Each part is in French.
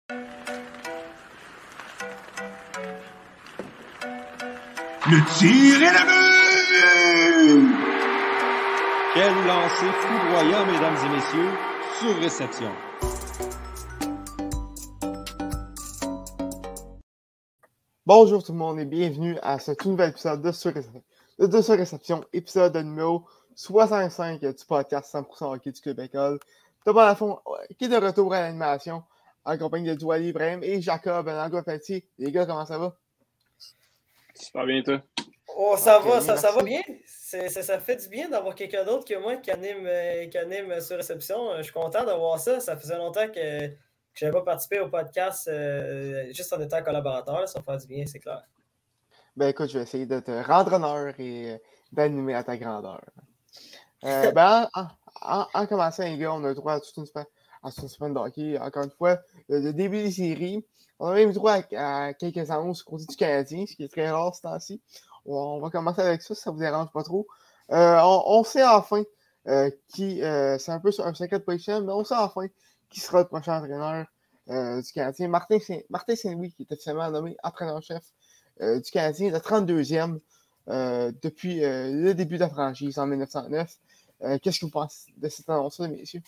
Le tir est le but! Quel lancer foudroyant, mesdames et messieurs, sur réception. Bonjour tout le monde et bienvenue à ce tout nouvel épisode de Sur Réception, épisode numéro 65 du podcast 100% hockey du Club École. Thomas Lafont qui est de retour à l'animation en compagnie de Douali Ibrahim et Jacob Langlois-Petit. Les gars, comment ça va? Super bien, toi? Oh, ça va bien. Ça fait du bien d'avoir quelqu'un d'autre que moi qui anime sur réception. Je suis content d'avoir ça. Ça faisait longtemps que je n'avais pas participé au podcast juste en étant collaborateur. Là, ça fait du bien, c'est clair. Ben écoute, je vais essayer de te rendre honneur et d'animer à ta grandeur. En commençant, les gars, on a le droit à toute une semaine de hockey. Encore une fois, le début des séries. On a même droit à quelques annonces du côté du Canadien, ce qui est très rare ce temps-ci. On va commencer avec ça, si ça ne vous dérange pas trop. On sait enfin c'est un peu un secret de position, mais on sait enfin qui sera le prochain entraîneur du Canadien. Martin Saint-Louis, qui est officiellement nommé entraîneur-chef du Canadien, le 32e depuis le début de la franchise en 1909. Qu'est-ce que vous pensez de cette annonce-là, messieurs?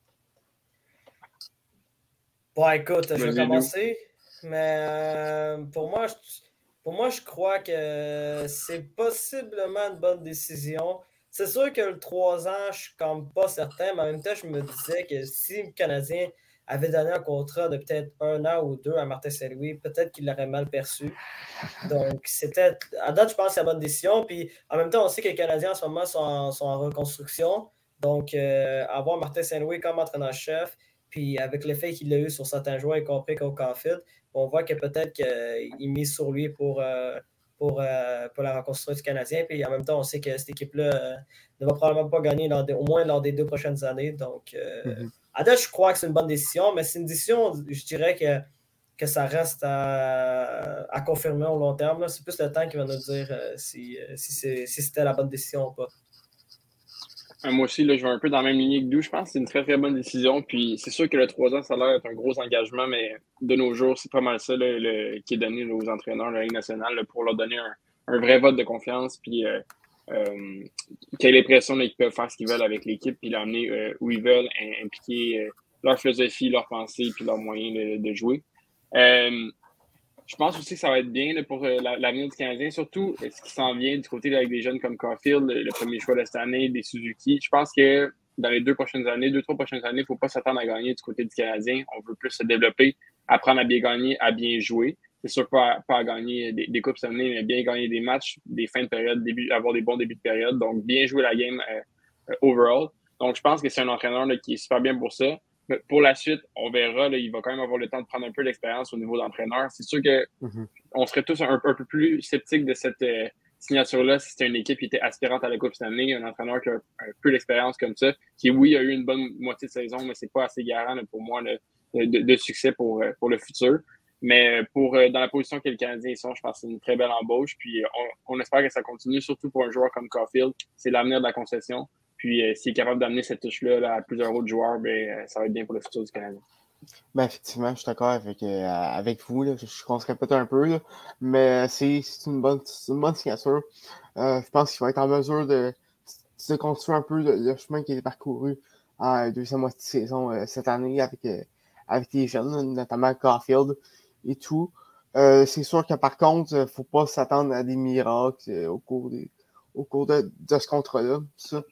Bon, écoute, je vais commencer. Mais pour moi, je crois que c'est possiblement une bonne décision. C'est sûr que le 3 ans, je suis comme pas certain, mais en même temps, je me disais que si le Canadien avait donné un contrat de peut-être 1 an ou 2 à Martin Saint-Louis, peut-être qu'il l'aurait mal perçu. Donc, à date, je pense que c'est la bonne décision. Puis, en même temps, on sait que les Canadiens, en ce moment, sont en reconstruction. Donc, avoir Martin Saint-Louis comme entraîneur-chef, puis avec l'effet qu'il a eu sur certains joueurs, y compris Cole Caulfield, on voit que peut-être qu'il mise sur lui pour la reconstruction du Canadien. Puis, en même temps, on sait que cette équipe-là ne va probablement pas gagner au moins lors des 2 prochaines années. Donc, à date, je crois que c'est une bonne décision, mais c'est une décision, je dirais que ça reste à confirmer au long terme. Là. C'est plus le temps qui va nous dire si c'était la bonne décision ou pas. Moi aussi, là, je vais un peu dans la même lignée que Dou. Je pense que c'est une très, très bonne décision. Puis c'est sûr que le 3 ans, ça a l'air d'être un gros engagement, mais de nos jours, c'est pas mal ça là, qui est donné aux entraîneurs de la Ligue nationale là, pour leur donner un vrai vote de confiance. Puis qu'ils aient l'impression qu'ils peuvent faire ce qu'ils veulent avec l'équipe, puis l'amener où ils veulent, impliquer leur philosophie, leur pensée, puis leurs moyens de jouer. Je pense aussi que ça va être bien là, pour l'avenir du Canadien, surtout ce qui s'en vient du côté là, avec des jeunes comme Caulfield, le premier choix de cette année, des Suzuki. Je pense que dans les 2-3 prochaines années, il ne faut pas s'attendre à gagner du côté du Canadien. On veut plus se développer, apprendre à bien gagner, à bien jouer. C'est sûr pas à gagner des coupes cette année, mais bien gagner des matchs, des fins de période, avoir des bons débuts de période. Donc, bien jouer la game overall. Donc, je pense que c'est un entraîneur là, qui est super bien pour ça. Mais pour la suite, on verra. Là, il va quand même avoir le temps de prendre un peu d'expérience au niveau d'entraîneur. C'est sûr qu'on serait tous un peu plus sceptiques de cette signature-là si c'était une équipe qui était aspirante à la Coupe cette année. Un entraîneur qui a un peu d'expérience comme ça, qui, oui, a eu une bonne moitié de saison, mais c'est pas assez garant là, pour moi de succès pour le futur. Mais dans la position que les Canadiens sont, je pense que c'est une très belle embauche. Puis on espère que ça continue, surtout pour un joueur comme Caulfield. C'est l'avenir de la concession. Puis, s'il est capable d'amener cette touche-là là, à plusieurs autres joueurs, ça va être bien pour le futur du Canadien. Ben, effectivement, je suis d'accord avec vous. Là. Je conseillerais peut-être un peu, là, mais c'est une bonne signature. Je pense qu'il va être en mesure de construire un peu le chemin qui est parcouru en deuxième moitié de saison cette année avec les jeunes, notamment Caulfield et tout. C'est sûr que par contre, il ne faut pas s'attendre à des miracles au cours de ce contrat-là. Ça.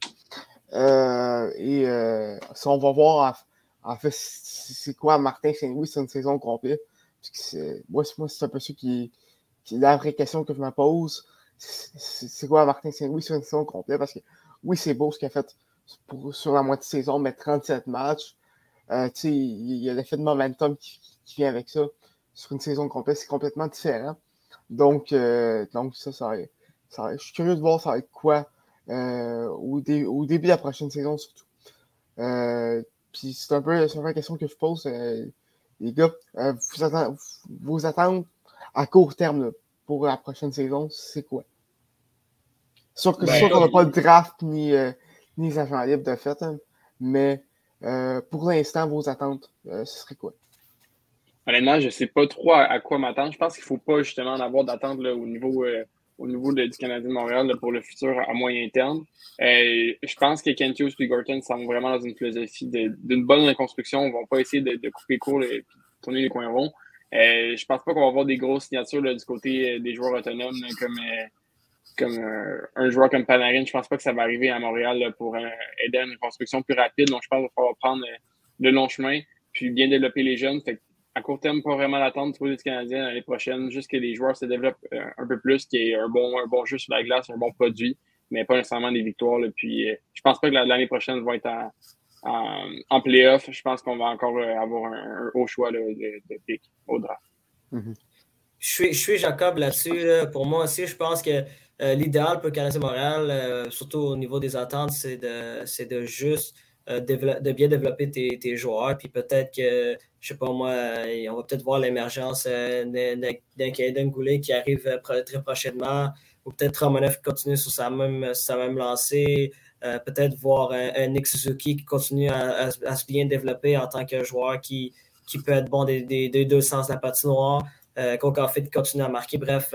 Si on va voir en fait c'est quoi Martin Saint-Louis sur une saison complète. Parce que moi, c'est un peu ça qui est la vraie question que je me pose. C'est quoi Martin Saint-Louis sur une saison complète? Parce que oui, c'est beau ce qu'il a fait sur la moitié de saison, mais 37 matchs. Il y a l'effet de momentum qui vient avec ça. Sur une saison complète, c'est complètement différent. Donc ça je suis curieux de voir ça va être quoi au début de la prochaine saison surtout. Puis c'est un peu la question que je pose, les gars. Vos attentes à court terme là, pour la prochaine saison, c'est quoi? Sûr qu'on n'a pas de draft ni les agents libres de fait, hein, mais pour l'instant, vos attentes, ce serait quoi? Honnêtement, je ne sais pas trop à quoi m'attendre. Je pense qu'il ne faut pas justement en avoir d'attente au niveau du Canadien de Montréal là, pour le futur à moyen terme. Je pense que Kent Hughes et Gorton sont vraiment dans une philosophie d'une bonne reconstruction. Ils ne vont pas essayer de couper court et tourner les coins ronds. Je pense pas qu'on va avoir des grosses signatures là, du côté des joueurs autonomes là, comme un joueur comme Panarin. Je pense pas que ça va arriver à Montréal là, pour aider à une reconstruction plus rapide. Donc, je pense qu'il va falloir prendre le long chemin puis bien développer les jeunes. Fait à court terme, pas vraiment l'attendre du côté du Canadien l'année prochaine. Juste que les joueurs se développent un peu plus, qu'il y ait un bon jeu sur la glace, un bon produit, mais pas nécessairement des victoires. Là. Puis, je pense pas que l'année prochaine va être en playoff. Je pense qu'on va encore avoir un haut choix là, de pick au draft. Mm-hmm. Je suis Jacob là-dessus. Là. Pour moi aussi, je pense que l'idéal pour le Canadien Montréal, surtout au niveau des attentes, c'est de juste de bien développer tes joueurs. Puis peut-être que, je sais pas moi, on va peut-être voir l'émergence d'un Kaiden Goulet qui arrive très prochainement. Ou peut-être Romanov qui continue sur sa même lancée. Peut-être voir un Nick Suzuki qui continue à se bien développer en tant que joueur qui peut être bon des deux sens de la patinoire. Cole-Caulfield continue à marquer. Bref,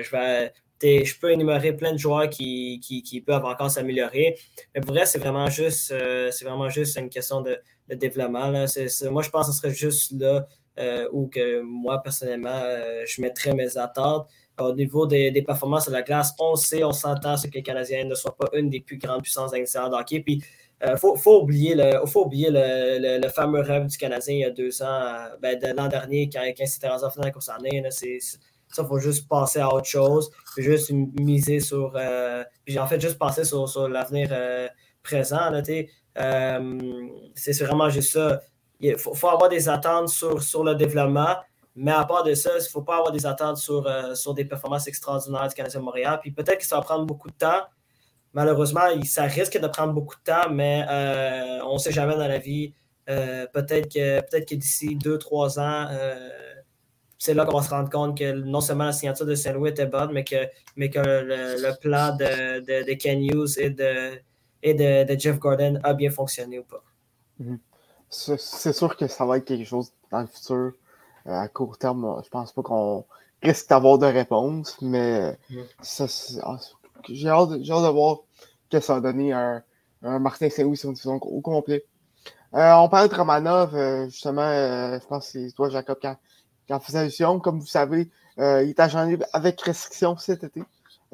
je peux énumérer plein de joueurs qui peuvent encore s'améliorer. Mais pour vrai, c'est vraiment juste une question de développement. Là. Moi, je pense que ce serait juste là où que moi, personnellement, je mettrais mes attentes. Au niveau des performances de la glace, on s'entend ce que les Canadiens ne soient pas une des plus grandes puissances d'initiale de hockey. Puis, faut oublier le fameux rêve du Canadien il y a 2 ans, de l'an dernier, quand il s'était rendu en finale de la course en année. Ça, il faut juste passer à autre chose. Puis juste miser sur. Puis en fait, juste passer sur l'avenir présent. Là, c'est vraiment juste ça. Il faut avoir des attentes sur le développement. Mais à part de ça, il ne faut pas avoir des attentes sur des performances extraordinaires du Canadien de Montréal. Puis peut-être que ça va prendre beaucoup de temps. Malheureusement, ça risque de prendre beaucoup de temps, mais on ne sait jamais dans la vie. Peut-être que d'ici 2-3 ans, c'est là qu'on va se rendre compte que non seulement la signature de Saint-Louis était bonne, mais que le plan de Ken Hughes et de Jeff Gordon a bien fonctionné ou pas. Mm-hmm. C'est sûr que ça va être quelque chose dans le futur. À court terme, je pense pas qu'on risque d'avoir de réponse, mais j'ai hâte de voir que ça va donner un Martin Saint-Louis sur une saison au complet. On parlait de Romanov, justement, je pense que c'est toi, Jacob, qui en faisait allusion. Comme vous savez, il est agent libre avec restriction cet été.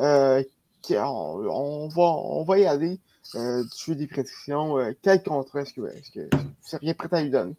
On va y aller. Du jeu des prédictions. Quel contrat est-ce que vous seriez prêt à lui donner?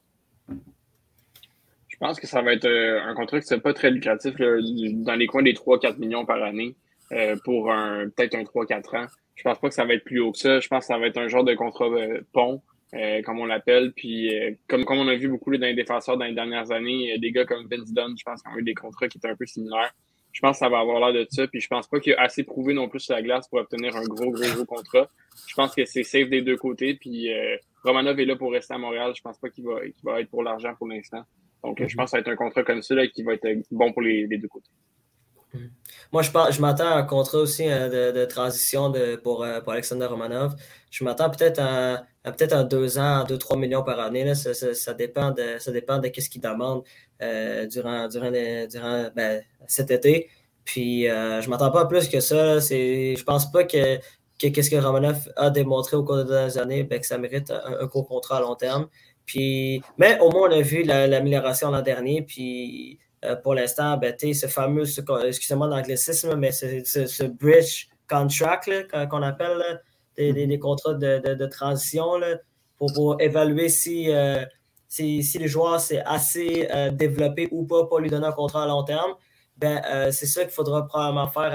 Je pense que ça va être un contrat qui ne sera pas très lucratif, là, dans les coins des 3-4 millions par année pour peut-être un 3-4 ans. Je pense pas que ça va être plus haut que ça. Je pense que ça va être un genre de contrat pont, comme on l'appelle. Puis comme on a vu beaucoup là, dans les défenseurs dans les dernières années, des gars comme Vince Dunn, je pense qu'ils ont eu des contrats qui étaient un peu similaires. Je pense que ça va avoir l'air de ça. Puis je pense pas qu'il y a assez prouvé non plus sur la glace pour obtenir un gros contrat. Je pense que c'est safe des deux côtés. Puis Romanov est là pour rester à Montréal. Je pense pas qu'il va être pour l'argent pour l'instant. Donc, je pense que ça va être un contrat comme ça là, qui va être bon pour les deux côtés. Moi, je m'attends à un contrat aussi de transition pour Alexander Romanov. Je m'attends peut-être à 2 ans, 2-3 millions par année. Là. Ça dépend de ce qu'il demande durant cet été. Puis, je ne m'attends pas à plus que ça. Je pense pas que qu'est-ce que Romanov a démontré au cours des dernières années, que ça mérite un gros contrat à long terme. Puis, mais au moins, on a vu l'amélioration l'an dernier. Puis, pour l'instant, ce fameux, excusez-moi l'anglicisme, mais ce bridge contract là, qu'on appelle là, des contrats de transition là, pour évaluer si les joueurs c'est assez développé ou pas pour lui donner un contrat à long terme. C'est ça qu'il faudra probablement faire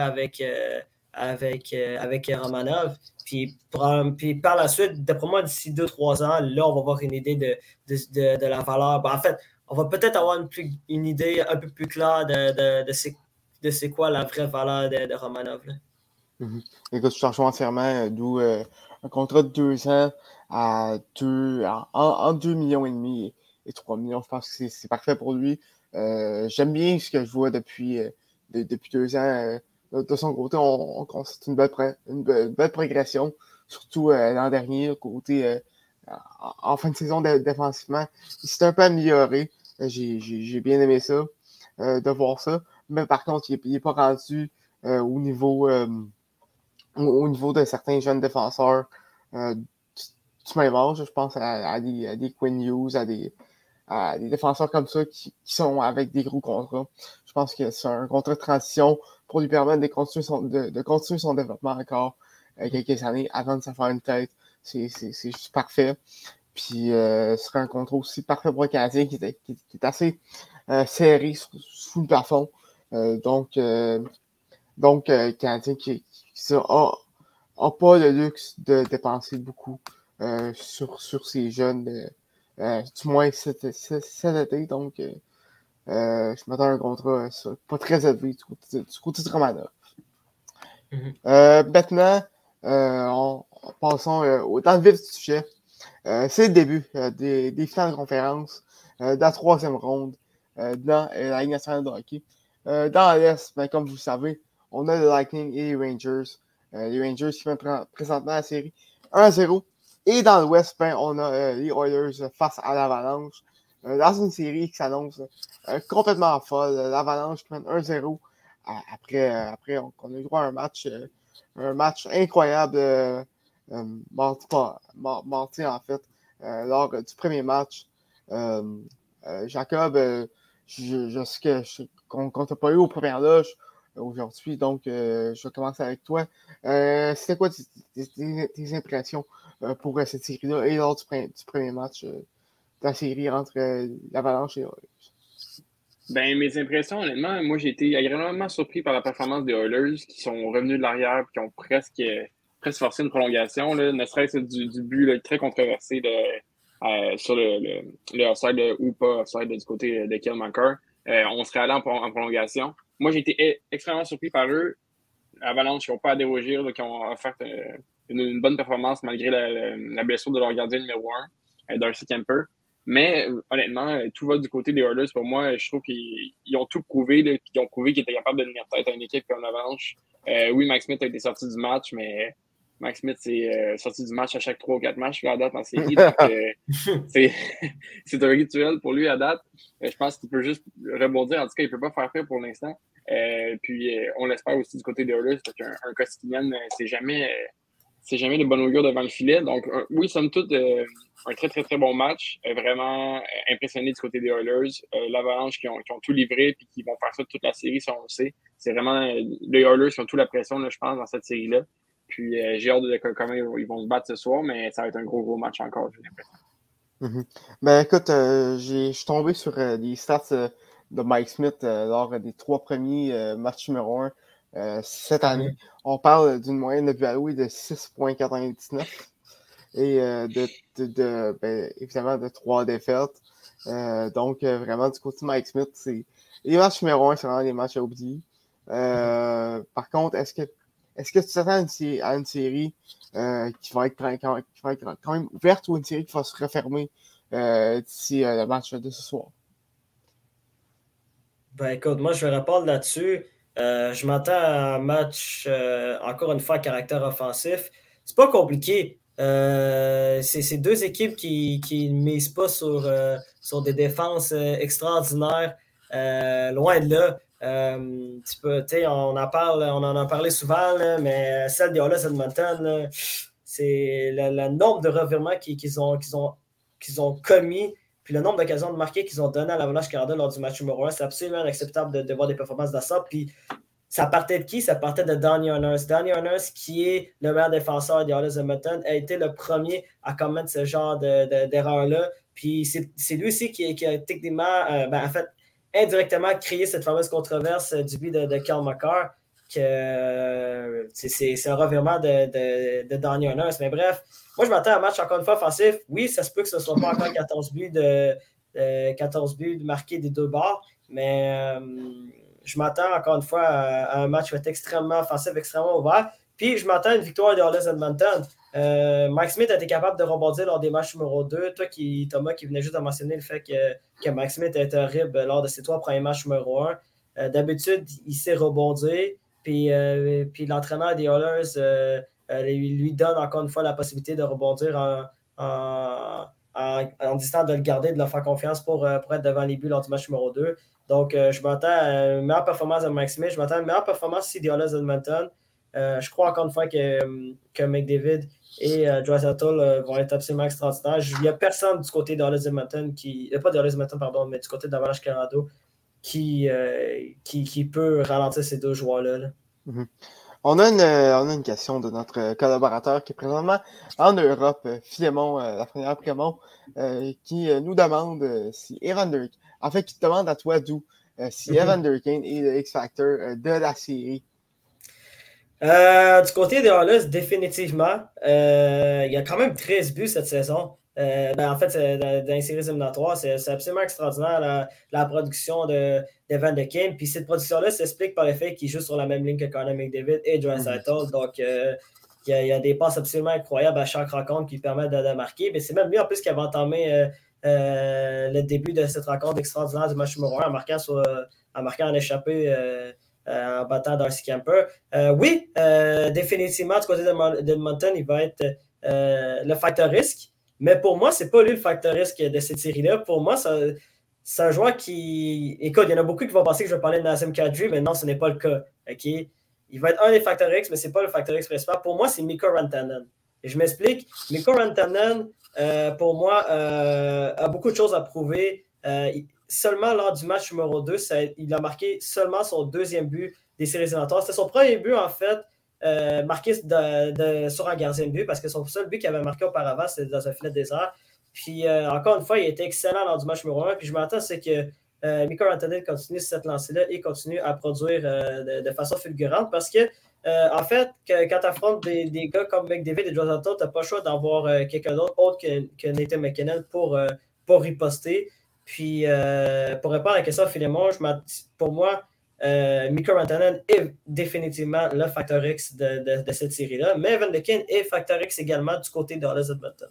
avec Romanov. Puis par la suite, d'après moi, d'ici 2-3 ans, là, on va avoir une idée de la valeur. En fait, on va peut-être avoir une idée un peu plus claire de c'est quoi la vraie valeur de Romanov. Mm-hmm. Écoute, je te rejoins entièrement, d'où un contrat de 2 ans en 2,5 millions et 3 millions. Je pense que c'est parfait pour lui. J'aime bien ce que je vois depuis 2 ans. De son côté, on constate une belle progression, surtout l'an dernier, côté en fin de saison défensivement. Il s'est un peu amélioré. J'ai bien aimé ça, de voir ça. Mais par contre, il n'est pas rendu au niveau de certains jeunes défenseurs du même âge. Je pense à des Quinn Hughes, à des défenseurs comme ça qui sont avec des gros contrats. Je pense que c'est un contrat de transition pour lui permettre de continuer son développement encore quelques années avant de se faire une tête. C'est juste parfait. Puis ce serait un contrat aussi parfait pour le Canadien qui est assez serré sous le plafond. Donc le Canadien qui a pas le luxe de dépenser beaucoup sur ces jeunes, du moins cet été. Donc, je m'attends à un contrat pas très élevé du côté de Romanov. Maintenant, passons dans le vif du sujet. C'est le début des finales de conférence de la troisième ronde dans la Ligue nationale de hockey. Dans l'Est, comme vous le savez, on a le Lightning et les Rangers. Les Rangers qui mènent présentement la série 1-0. Et dans l'Ouest, on a les Oilers face à l'Avalanche. Dans une série qui s'annonce complètement folle. L'Avalanche qui mène 1-0 après qu'on a eu droit à un match incroyable mardi en fait, lors du premier match. Jacob, je sais qu'on ne t'a pas eu aux premières loges aujourd'hui, donc je vais commencer avec toi. C'était quoi tes impressions pour cette série-là et lors du premier match de la série entre l'Avalanche et les Oilers? Mes impressions, honnêtement, moi j'ai été agréablement surpris par la performance des Oilers qui sont revenus de l'arrière et qui ont presque forcé une prolongation, là, ne serait-ce du but là, très controversé sur le offside ou pas offside du côté de Kyle McCarr. On serait allé en prolongation. Moi, j'ai été extrêmement surpris par eux. Avalanche, qui n'ont pas à déroger, là, qui ont offert une bonne performance malgré la blessure de leur gardien numéro 1, Darcy Kemper. Mais honnêtement, tout va du côté des Oilers. Pour moi, je trouve qu'ils ont tout prouvé. Là, ils ont prouvé qu'ils étaient capables de tenir tête à une équipe comme l'Avalanche. Oui, Mike Smith a été sorti du match, mais Mike Smith s'est sorti du match à chaque 3 ou 4 matchs à date en série. Donc, c'est un rituel pour lui à date. Je pense qu'il peut juste rebondir. En tout cas, il ne peut pas faire pire pour l'instant. Puis, on l'espère aussi du côté des Oilers. Parce qu'un Koskinen, c'est jamais de bonne augure devant le filet. Donc, oui, somme toute, un très, très, très bon match. Vraiment impressionné du côté des Oilers. L'Avalanche qui ont tout livré et qui vont faire ça toute la série, si on le sait. C'est vraiment les Oilers qui ont toute la pression, là, je pense, dans cette série-là. Puis, j'ai hâte de comment ils vont se battre ce soir, mais ça va être un gros, gros match encore, j'ai l'impression. Écoute, je suis tombé sur les stats de Mike Smith lors des 3 premiers matchs numéro 1 cette année. On parle d'une moyenne de but alloué de 6,99 et évidemment de 3 défaites. Donc, vraiment, du côté de Mike Smith, les matchs numéro 1, c'est vraiment les matchs à oublier. Par contre, est-ce que tu t'attends à une série qui va être quand même ouverte ou une série qui va se refermer d'ici le match de ce soir? Écoute, moi, je vais répondre là-dessus. Je m'attends à un match, encore une fois, à caractère offensif. C'est pas compliqué. C'est deux équipes qui ne misent pas sur des défenses extraordinaires. Loin de là. On en a parlé souvent, là, mais celle des Oilers Edmonton, c'est le nombre de revirements qu'ils ont commis, puis le nombre d'occasions de marquer qu'ils ont donné à l'Avalanche Canada lors du match numéro 1, c'est absolument inacceptable de voir des performances de ça. Puis ça partait de qui? Ça partait de Donny Honors. Donny Honors, qui est le meilleur défenseur des Oilers Edmonton, a été le premier à commettre ce genre d'erreur-là. Puis c'est lui aussi qui a techniquement, en fait, indirectement créé cette fameuse controverse du but de Kyle McCarr, que c'est un revirement de Donny Honors. Mais bref, moi, je m'attends à un match encore une fois offensif. Oui, ça se peut que ce ne soit pas encore 14 buts marqués des deux bords, mais je m'attends encore une fois à un match qui va être extrêmement offensif, extrêmement ouvert. Puis, je m'attends à une victoire des Oilers Edmonton. Mike Smith a été capable de rebondir lors des matchs numéro 2. Toi, Thomas, qui venait juste de mentionner le fait que Mike Smith a été horrible lors de ses 3 premiers matchs numéro 1. D'habitude, il sait rebondir. Puis l'entraîneur des Oilers lui donne encore une fois la possibilité de rebondir en décidant de le garder, de leur faire confiance pour être devant les buts lors du match numéro 2. Donc, je m'attends à une meilleure performance de Mike Smith. Je m'attends à une meilleure performance aussi des Oilers d'Edmonton. Je crois encore une fois que McDavid et Draisaitl vont être absolument extraordinaires. Il n'y a personne du côté des Oilers d'Edmonton pas des Oilers d'Edmonton, pardon, mais du côté de l'Avalanche Colorado qui peut ralentir ces deux joueurs-là. Là. Mm-hmm. On a une question de notre collaborateur qui est présentement en Europe, Philémon, la première Prémont, qui nous demande si Evander, en fait, qui te demande à toi d'où, si Evander Kane est le X-Factor de la série. Du côté des Oilers, définitivement. Il y a quand même 13 buts cette saison. En fait, dans les séries éliminatoires, c'est absolument extraordinaire la production d'Evander Kane. Puis cette production-là s'explique par le fait qu'il joue sur la même ligne que Connor McDavid et Draisaitl. Donc, il y a des passes absolument incroyables à chaque rencontre qui permettent de marquer. Mais c'est même lui en plus qui avait entamé le début de cette rencontre extraordinaire du match numéro 1 en marquant en échappé en battant Darcy Camper. Oui, définitivement, du côté d'Edmonton, il va être le facteur risque. Mais pour moi, c'est pas lui le facteur risque de cette série-là. Pour moi, c'est un joueur qui... Écoute, il y en a beaucoup qui vont penser que je vais parler de Nazem Kadri, mais non, ce n'est pas le cas. Okay? Il va être un des facteurs X, mais ce n'est pas le facteur X principal. Pour moi, c'est Mikko Rantanen. Et je m'explique. Mikko Rantanen, pour moi, a beaucoup de choses à prouver. Seulement lors du match numéro 2, il a marqué seulement son deuxième but des séries éliminatoires. C'était son premier but, en fait, marqué sur un gardien de but, parce que son seul but qu'il avait marqué auparavant, c'était dans un filet désert. Puis, encore une fois, il était excellent lors du match numéro 1. Puis, je m'attends, c'est que Mikko Rantanen continue cette lancée-là et continue à produire de façon fulgurante, parce que, en fait, quand tu affrontes des gars comme McDavid et Draisaitl, tu n'as pas le choix d'avoir quelqu'un d'autre autre que Nathan McKinnon pour riposter. Puis, pour répondre à la question, Philémon, pour moi, Mikko Rantanen est définitivement le facteur X de cette série-là, mais Evander Kane est facteur X également du côté de Oilers Edmonton.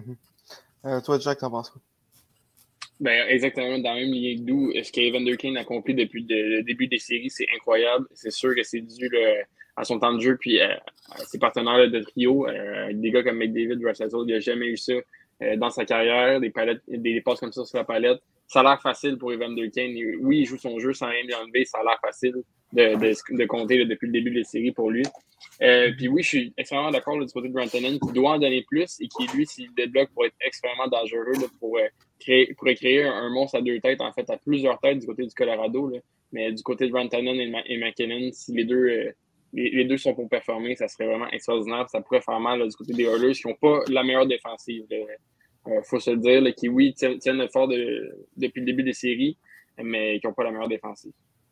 Toi, Jack, t'en penses quoi? Ben, exactement, dans la même ligne que nous, ce qu'Evander Kane a accompli depuis le début des séries, c'est incroyable. C'est sûr que c'est dû à son temps de jeu puis à ses partenaires de trio. Des gars comme McDavid, Draisaitl, il n'a jamais eu ça dans sa carrière, des passes comme ça sur la palette. Ça a l'air facile pour Evander Kane. Oui, il joue son jeu sans rien lui enlever. Ça a l'air facile de compter depuis le début des séries pour lui. Puis oui, je suis extrêmement d'accord du côté de Rantanen qui doit en donner plus et qui, lui, s'il débloque, pour être extrêmement dangereux, pourrait créer un monstre à deux têtes, en fait, à plusieurs têtes du côté du Colorado. Là. Mais du côté de Rantanen et McKinnon, si les deux sont pour performer, ça serait vraiment extraordinaire. Ça pourrait faire mal du côté des Oilers qui n'ont pas la meilleure défensive. Faut se le dire, là, qui, oui, tiennent fort depuis le début des séries, mais qui n'ont pas la meilleure défensive.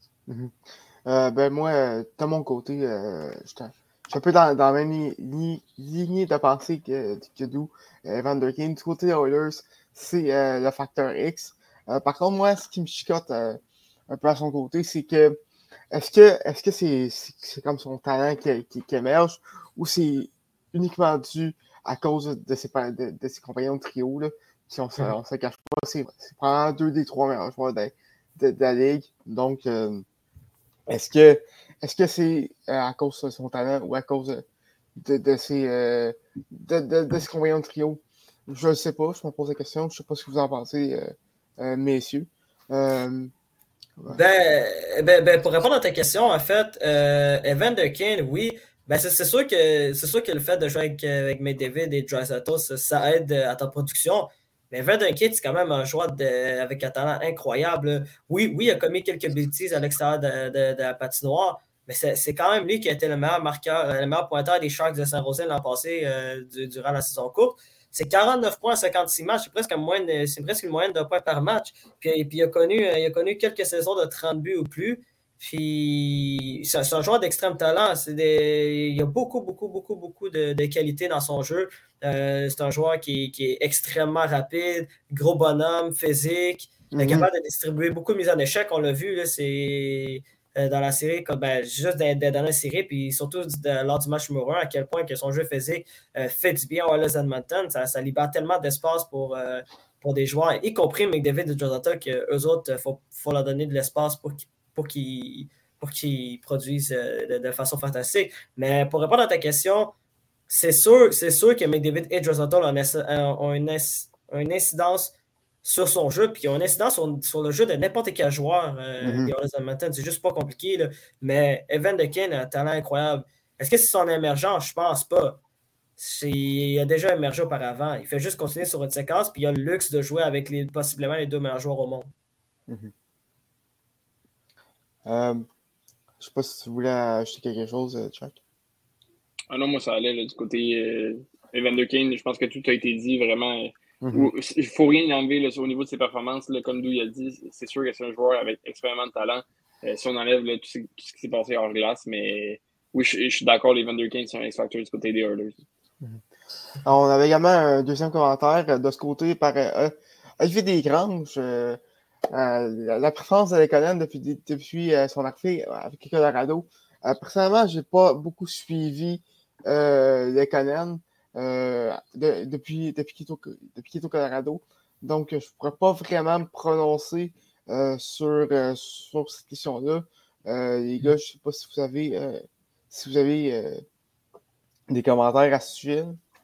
Ben moi, de mon côté, je suis un peu dans la même lignée de pensée que nous, Evander Kane. Du côté des Oilers, c'est le facteur X. Par contre, moi, ce qui me chicote un peu à son côté, c'est que est-ce que c'est comme son talent qui émerge ou c'est uniquement dû à cause de ses compagnons de trio là, qui on se cache pas, c'est vraiment 2 des 3 meilleurs joueurs de la Ligue. Donc, est-ce que c'est à cause de son talent ou à cause de ses compagnons de trio? Je ne sais pas, je me pose la question. Je ne sais pas ce que vous en pensez, messieurs. Ouais. Pour répondre à ta question, en fait, Evander Kane, oui. Ben c'est sûr que le fait de jouer avec McDavid et Draisaitl, ça aide à ta production. Mais Evander Kane, c'est quand même un joueur avec un talent incroyable. Oui, il a commis quelques bêtises à l'extérieur de la patinoire, mais c'est quand même lui qui a été le meilleur marqueur, le meilleur pointeur des Sharks de Saint-Rosaire l'an passé durant la saison courte. C'est 49 points en 56 matchs, c'est presque une moyenne de points par match. Puis il a connu quelques saisons de 30 buts ou plus. Puis c'est un joueur d'extrême talent. Il y a beaucoup de qualité dans son jeu. C'est un joueur qui est extrêmement rapide, gros bonhomme, physique, capable de distribuer beaucoup de mises en échec. On l'a vu, là, c'est dans la série, juste dans la série, puis surtout lors du match numéro 1, à quel point que son jeu physique fait du bien à Oilers Edmonton. Ça libère tellement d'espace pour des joueurs, y compris McDavid et Draisaitl, qu'eux autres, il faut leur donner de l'espace pour qu'ils produisent de façon fantastique. Mais pour répondre à ta question, c'est sûr que McDavid et Draisaitl ont une incidence sur son jeu, puis qui ont une incidence sur le jeu de n'importe quel joueur des Oilers d'Edmonton. C'est juste pas compliqué, là. Mais Evan DeKane a un talent incroyable. Est-ce que c'est son émergence? Je pense pas. Il a déjà émergé auparavant. Il fait juste continuer sur une séquence, puis il a le luxe de jouer avec possiblement les 2 meilleurs joueurs au monde. Je sais pas si tu voulais acheter quelque chose, Chuck. Ah non, moi, ça allait là, du côté Evan DeKane. Je pense que tout a été dit vraiment. Il ne faut rien y enlever là, au niveau de ses performances. Là, comme Dou a dit, c'est sûr que c'est un joueur avec extrêmement de talent. Si on enlève là, tout ce qui s'est passé hors glace, mais oui, je suis d'accord, Evan DeKane, c'est un X-Factor du côté des Oilers. Alors, on avait également un deuxième commentaire de ce côté par Olivier Desgranges. La performance de Lekonen depuis son arrivée avec le Colorado. Personnellement, je n'ai pas beaucoup suivi Lekonen depuis qu'il est au Colorado. Donc, je ne pourrais pas vraiment me prononcer sur cette question-là. Les gars, je ne sais pas si vous avez des commentaires à ce sujet.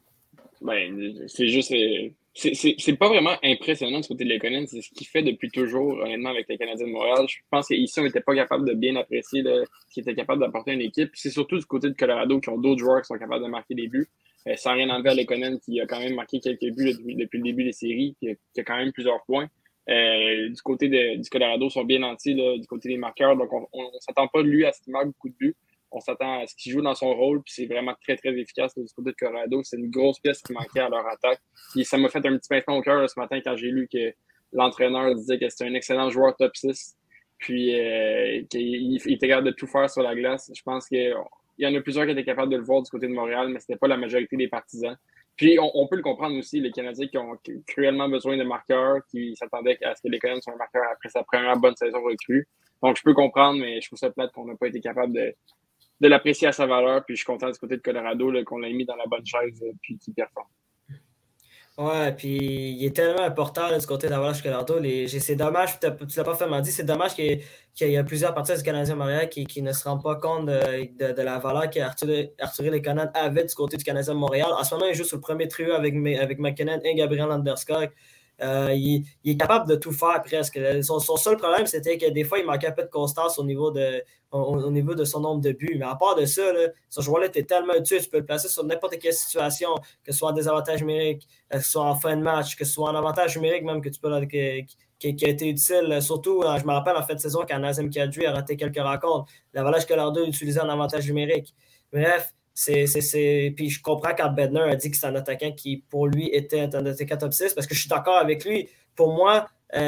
Ben, c'est juste. C'est pas vraiment impressionnant du côté de Lekonen. C'est ce qu'il fait depuis toujours, honnêtement, avec les Canadiens de Montréal. Je pense qu'ici, on n'était pas capable de bien apprécier ce qu'il était capable d'apporter à une équipe. C'est surtout du côté de Colorado qui ont d'autres joueurs qui sont capables de marquer des buts. Sans rien enlever à Lekonen qui a quand même marqué quelques buts depuis le début des séries, qui a quand même plusieurs points. Du côté du Colorado, ils sont bien nantis du côté des marqueurs. Donc, on ne s'attend pas de lui à ce qu'il marque beaucoup de buts. On s'attend à ce qu'il joue dans son rôle, puis c'est vraiment très, très efficace du côté de Colorado. C'est une grosse pièce qui manquait à leur attaque. Puis ça m'a fait un petit pincement au cœur ce matin quand j'ai lu que l'entraîneur disait que c'était un excellent joueur top 6, puis qu'il était capable de tout faire sur la glace. Je pense qu'il y en a plusieurs qui étaient capables de le voir du côté de Montréal, mais c'était pas la majorité des partisans. Puis on peut le comprendre aussi, les Canadiens qui ont cruellement besoin de marqueurs, qui s'attendaient à ce que les Canadiens soient un marqueur après sa première bonne saison recrue. Donc je peux comprendre, mais je trouve ça plate qu'on n'a pas été capable de l'apprécier à sa valeur, puis je suis content du côté de Colorado là, qu'on l'a mis dans la bonne chaise puis qu'il performe. Ouais, puis il est tellement important là, du côté d'Avalanche Colorado. C'est dommage, tu l'as pas fait dit, c'est dommage qu'il y a plusieurs parties du Canadien Montréal qui ne se rendent pas compte de la valeur qu'Arthur Lekonen avait du côté du Canadien de Montréal. En ce moment, il joue sur le premier trio avec McKinnon et Gabriel Landeskog. Il est capable de tout faire presque. Son seul problème, c'était que des fois, il manquait un peu de constance au niveau de son nombre de buts. Mais à part de ça, là, ce joueur-là était tellement utile. Tu peux le placer sur n'importe quelle situation, que ce soit en désavantage numérique, que ce soit en fin de match, que ce soit en avantage numérique même, qui a été utile. Surtout, je me rappelle en fin de saison quand Nazem Kadri a raté quelques rencontres. L'Avalanche Colorado utilisait un avantage numérique. Bref, puis je comprends quand Bednar a dit que c'est un attaquant qui, pour lui, était un attaquant top 6, parce que je suis d'accord avec lui. Pour moi,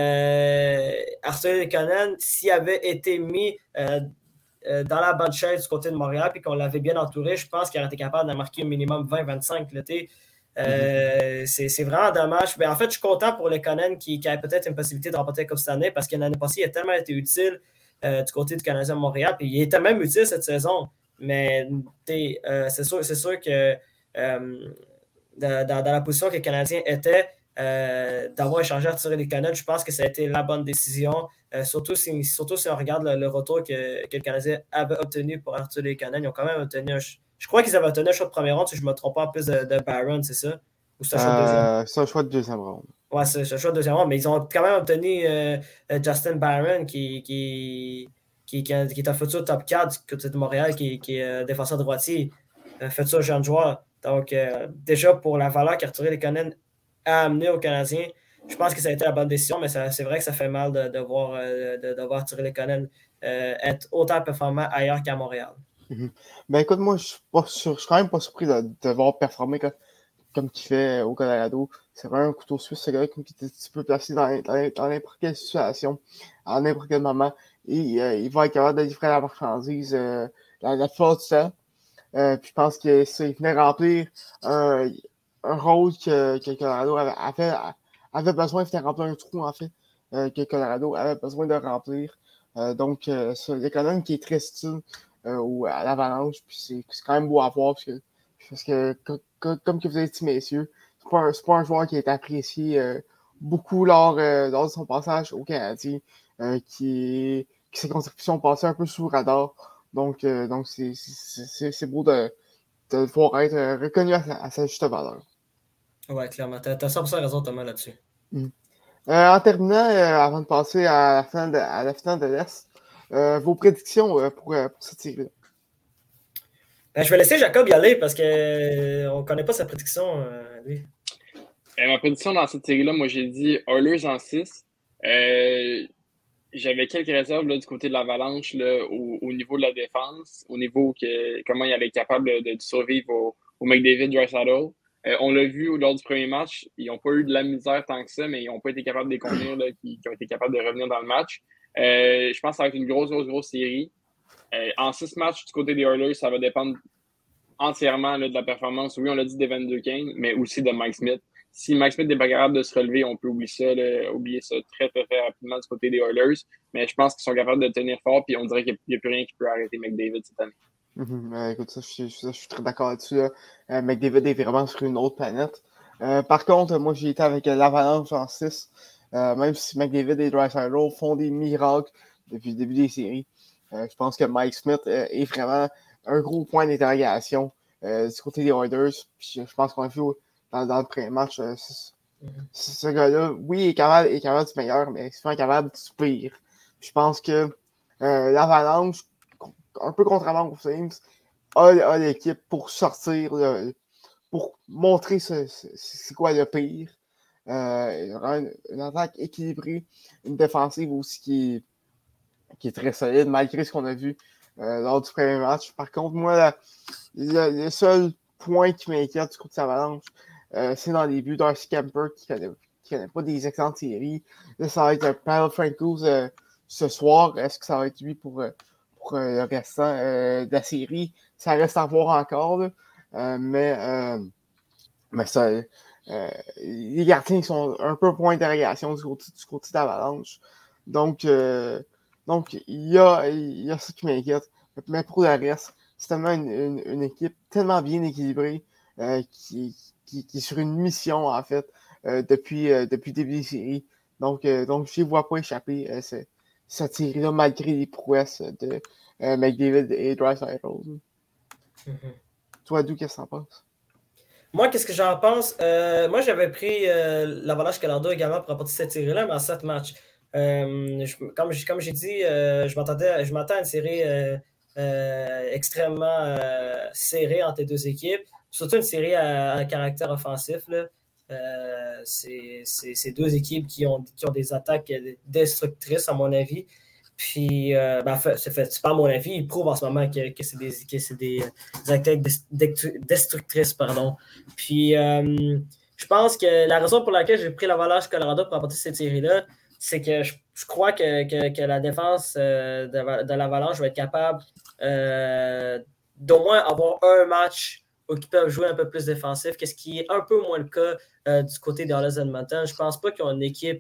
Arthur Lekonen, s'il avait été mis dans la bonne chaise du côté de Montréal puis qu'on l'avait bien entouré, je pense qu'il aurait été capable de marquer au minimum 20-25 l'été. C'est vraiment dommage. Mais en fait, je suis content pour Lekonen qui a peut-être une possibilité de remporter la Coupe cette année, parce que l'année passée, il a tellement été utile du côté du Canadien de Montréal, puis il était même utile cette saison. Mais c'est sûr que dans la position que le Canadien était, d'avoir échangé Arthur Lekonen, je pense que ça a été la bonne décision. Surtout si on regarde le retour que le Canadien avait obtenu pour Arthur Lekonen. Ils ont quand même obtenu je crois qu'ils avaient obtenu un choix de première ronde, si je ne me trompe pas, en plus de Barron, c'est ça? Ou c'est un choix de deuxième? C'est un choix de deuxième ronde. Ouais, c'est un choix de deuxième ronde, mais ils ont quand même obtenu Justin Barron qui est un futur top 4 du côté de Montréal, qui est défenseur droitier, un futur jeune joueur. Donc, déjà, pour la valeur qu'Arthur Lekonen a amené aux Canadiens, je pense que ça a été la bonne décision, mais c'est vrai que ça fait mal de voir Arthur Lekonen être autant performant ailleurs qu'à Montréal. Ben écoute, moi, je suis quand même pas surpris de voir performer comme qu'il fait au Colorado. C'est vraiment un couteau suisse, ce gars-là, qui tu peux placer dans n'importe quelle situation, à n'importe quel moment. Et il va être capable de livrer la marchandise la plupart du temps. Puis je pense que il venait remplir un rôle que Colorado avait besoin, il venait remplir un trou, en fait, que Colorado avait besoin de remplir. Donc, c'est l'économie qui est très style à l'Avalanche, puis c'est quand même beau à voir, parce que comme que vous avez dit, messieurs, c'est pas un joueur qui a été apprécié beaucoup lors de son passage au Canadien, qui ses contributions passaient un peu sous le radar. Donc c'est beau de pouvoir être reconnu à sa juste valeur. Ouais, clairement. T'as 100% raison, Thomas, là-dessus. En terminant, avant de passer à la finale de l'Est, vos prédictions pour cette série-là. Je vais laisser Jacob y aller parce qu'on ne connaît pas sa prédiction, lui. Ma prédiction dans cette série-là, moi, j'ai dit Oilers en 6. J'avais quelques réserves là, du côté de l'Avalanche là, au niveau de la défense, au niveau comment il allait être capable de survivre au McDavid Draisaitl. On l'a vu lors du premier match, ils n'ont pas eu de la misère tant que ça, mais ils n'ont pas été capables de les contenir, là, qui ont été capables de revenir dans le match. Je pense que ça va être une grosse série. En 6 matchs du côté des Oilers, ça va dépendre entièrement là, de la performance. Oui, on l'a dit d'Evander Kane, mais aussi de Mike Smith. Si Mike Smith n'est pas capable de se relever, on peut oublier ça très rapidement du côté des Oilers. Mais je pense qu'ils sont capables de tenir fort, puis on dirait qu'il n'y a plus rien qui peut arrêter McDavid cette année. Écoute, je suis très d'accord là-dessus. Là. McDavid est vraiment sur une autre planète. Par contre, moi, j'ai été avec l'Avalanche en 6. Même si McDavid et Draisaitl font des miracles depuis le début des séries, je pense que Mike Smith est vraiment un gros point d'interrogation du côté des Oilers. Puis je pense qu'on a vu dans le premier match, ce gars-là, oui, il est capable du meilleur, mais il est souvent capable du pire. Puis je pense que l'Avalanche, un peu contrairement aux Flames, a l'équipe pour sortir, pour montrer c'est quoi le pire. Une attaque équilibrée, une défensive aussi qui est très solide, malgré ce qu'on a vu lors du premier match. Par contre, moi, le seul point qui m'inquiète du côté de l'Avalanche, c'est dans les buts Darcy Kemper qui connaît pas des excellentes séries. Là, ça va être Pavel Francouz ce soir. Est-ce que ça va être lui pour le restant de la série? Ça reste à voir encore. Là. Mais ça, les gardiens sont un peu point d'interrogation du côté d'Avalanche. Donc, il y a ça qui m'inquiète. Mais pour le reste, c'est tellement une équipe tellement bien équilibrée qui est sur une mission, en fait, depuis le début des séries. Donc je ne vois pas échapper cette série-là, malgré les prouesses de McDavid et Draisaitl. Toi, Dou, qu'est-ce que t'en penses? Moi, qu'est-ce que j'en pense? Moi, j'avais pris l'Avalanche Colorado également pour remporter cette série-là, mais en 7 matchs. Comme j'ai dit, je m'attends à une série extrêmement serrée entre les deux équipes. Surtout une série à caractère offensif. Là. C'est deux équipes qui ont des attaques destructrices, à mon avis. Puis, c'est pas à mon avis, ils prouvent en ce moment que c'est des attaques destructrices. Pardon. Puis, je pense que la raison pour laquelle j'ai pris l'Avalanche Colorado pour remporter cette série-là, c'est que je crois que la défense de l'Avalanche va être capable d'au moins avoir un match où ils peuvent jouer un peu plus défensif, ce qui est un peu moins le cas du côté des Oilers Edmonton. Je ne pense pas qu'ils ont une équipe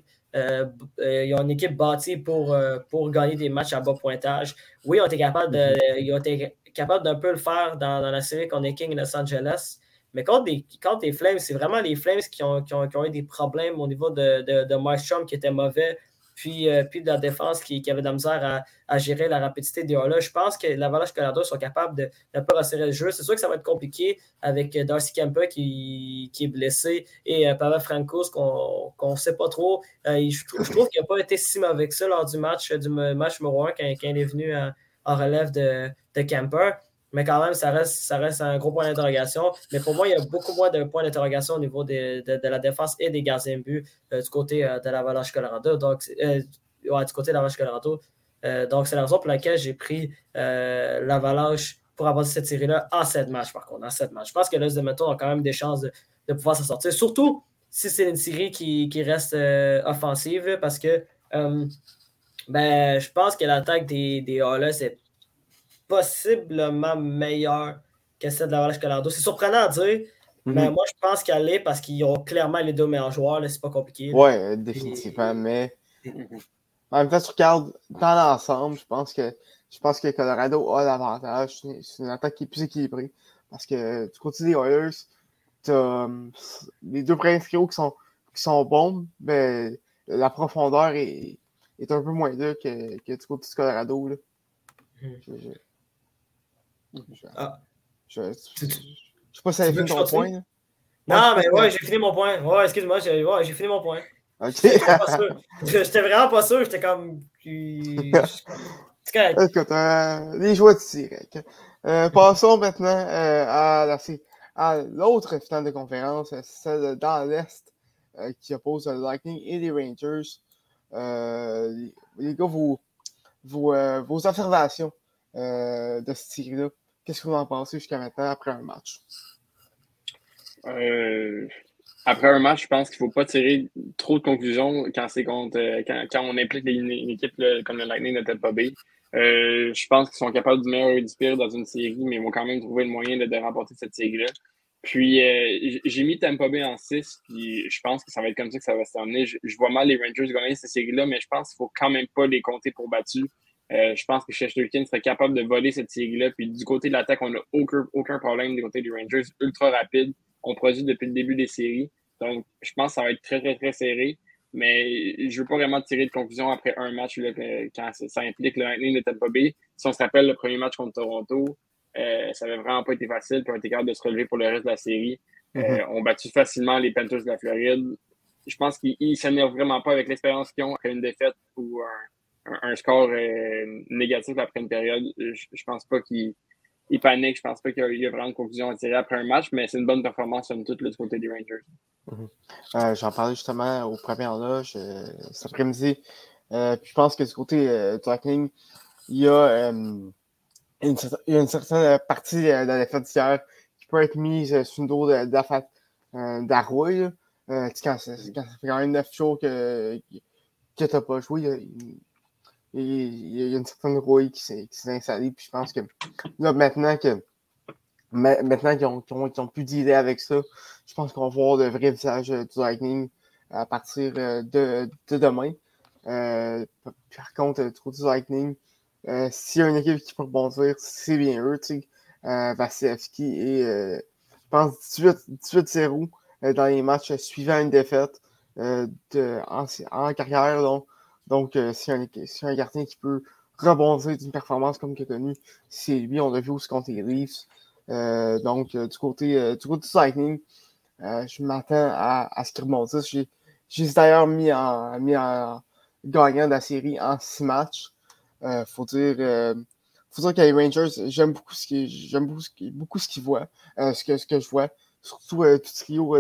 bâtie pour gagner des matchs à bas pointage. Oui, ils ont été capables d'un peu le faire dans la série contre les Kings de Los Angeles. Mais contre les Flames, c'est vraiment les Flames qui ont eu des problèmes au niveau de Markstrom qui était mauvais, puis de la défense qui avait de la misère à gérer la rapidité des Oilers. Je pense que l'Avalanche Colorado sont capables de ne pas resserrer le jeu. C'est sûr que ça va être compliqué avec Darcy Kemper qui est blessé et Pavel Francouz qu'on ne sait pas trop. Je trouve qu'il n'a pas été si mauvais que ça lors du match numéro 1 quand il est venu en relève de Kemper. Mais quand même, ça reste un gros point d'interrogation. Mais pour moi, il y a beaucoup moins de points d'interrogation au niveau de la défense et des gardiens de but du côté de l'Avalanche Colorado. Donc, du côté de l'Avalanche Colorado. Donc, c'est la raison pour laquelle j'ai pris l'Avalanche pour avoir cette série-là en 7 matchs, par contre. En 7 matchs. Je pense que les Edmonton ont quand même des chances de pouvoir s'en sortir. Surtout si c'est une série qui reste offensive, parce que je pense que l'attaque des Oilers est possiblement meilleure que celle de l'Avalanche Colorado. C'est surprenant à dire, mais moi, je pense qu'elle l'est parce qu'ils ont clairement les deux meilleurs joueurs. Là, c'est pas compliqué. Oui, définitivement. Mais en même temps, tu regardes dans l'ensemble, je pense que Colorado a l'avantage. C'est une attaque qui est plus équilibrée. Parce que du côté des Oilers, tu as les deux premiers trios qui sont bons, mais la profondeur est un peu moins là que du côté du Colorado. Là. Je sais pas si ça a fait ton point. Là. Non, mais ouais, j'ai fini mon point. Ouais, excuse-moi, j'ai fini mon point. J'étais pas sûr. J'étais vraiment pas sûr. J'étais comme. C'est correct. Écoute, les joies du Direct. Passons maintenant à l'autre finale de conférence, celle dans l'Est, qui oppose le Lightning et les Rangers. Les gars, vos observations de cette série-là, qu'est-ce que vous en pensez jusqu'à maintenant après un match? Après un match, je pense qu'il ne faut pas tirer trop de conclusions quand c'est quand on implique une équipe comme le Lightning de Tampa Bay. Je pense qu'ils sont capables du meilleur et du pire dans une série, mais ils vont quand même trouver le moyen de remporter cette série-là. Puis j'ai mis Tampa Bay en 6, puis je pense que ça va être comme ça que ça va se terminer. Je vois mal les Rangers gagner cette série-là, mais je pense qu'il ne faut quand même pas les compter pour battus. Je pense que Shesterkin serait capable de voler cette série-là. Puis du côté de l'attaque, on n'a aucun problème du côté des Rangers, ultra rapide. On produit depuis le début des séries. Donc, je pense que ça va être très, très, très serré. Mais je ne veux pas vraiment tirer de conclusion après un match là, quand ça implique le Lightning de Tampa Bay. Si on se rappelle le premier match contre Toronto, ça n'avait vraiment pas été facile. Puis on était capable de se relever pour le reste de la série. On battu facilement les Panthers de la Floride. Je pense qu'ils ne s'énervent vraiment pas avec l'expérience qu'ils ont après une défaite ou un score négatif après une période. Je pense pas qu'ils paniquent. Je pense pas qu'il y a vraiment de conclusion à tirer après un match, mais c'est une bonne performance somme toute là, du côté des Rangers. J'en parlais justement aux premières loges cet après-midi. Puis je pense que du côté du Lightning, il y a une certaine partie de la défaite d'hier qui peut être mise sur le dos d'Arouille. Quand ça fait quand même 9 jours que tu n'as pas joué, il y a une certaine rouille qui s'est installée. Puis je pense que là, maintenant qu'ils ont pu dealer avec ça, je pense qu'on va voir le vrai visage du Lightning à partir de demain. Par contre, du côté du Lightning, s'il y a une équipe qui peut rebondir, c'est bien eux. Vasilevski et je pense 18-0 dans les matchs suivant une défaite en carrière. Donc, si un gardien qui peut rebondir d'une performance comme qu'il a connu, c'est lui. On l'a vu aussi contre les Leafs. Du côté du Lightning, je m'attends à ce qu'il rebondisse. J'ai d'ailleurs mis en gagnant de la série en 6 matchs. Faut dire que les Rangers, j'aime beaucoup ce qu'ils voient, ce que je vois. Surtout tout ce trio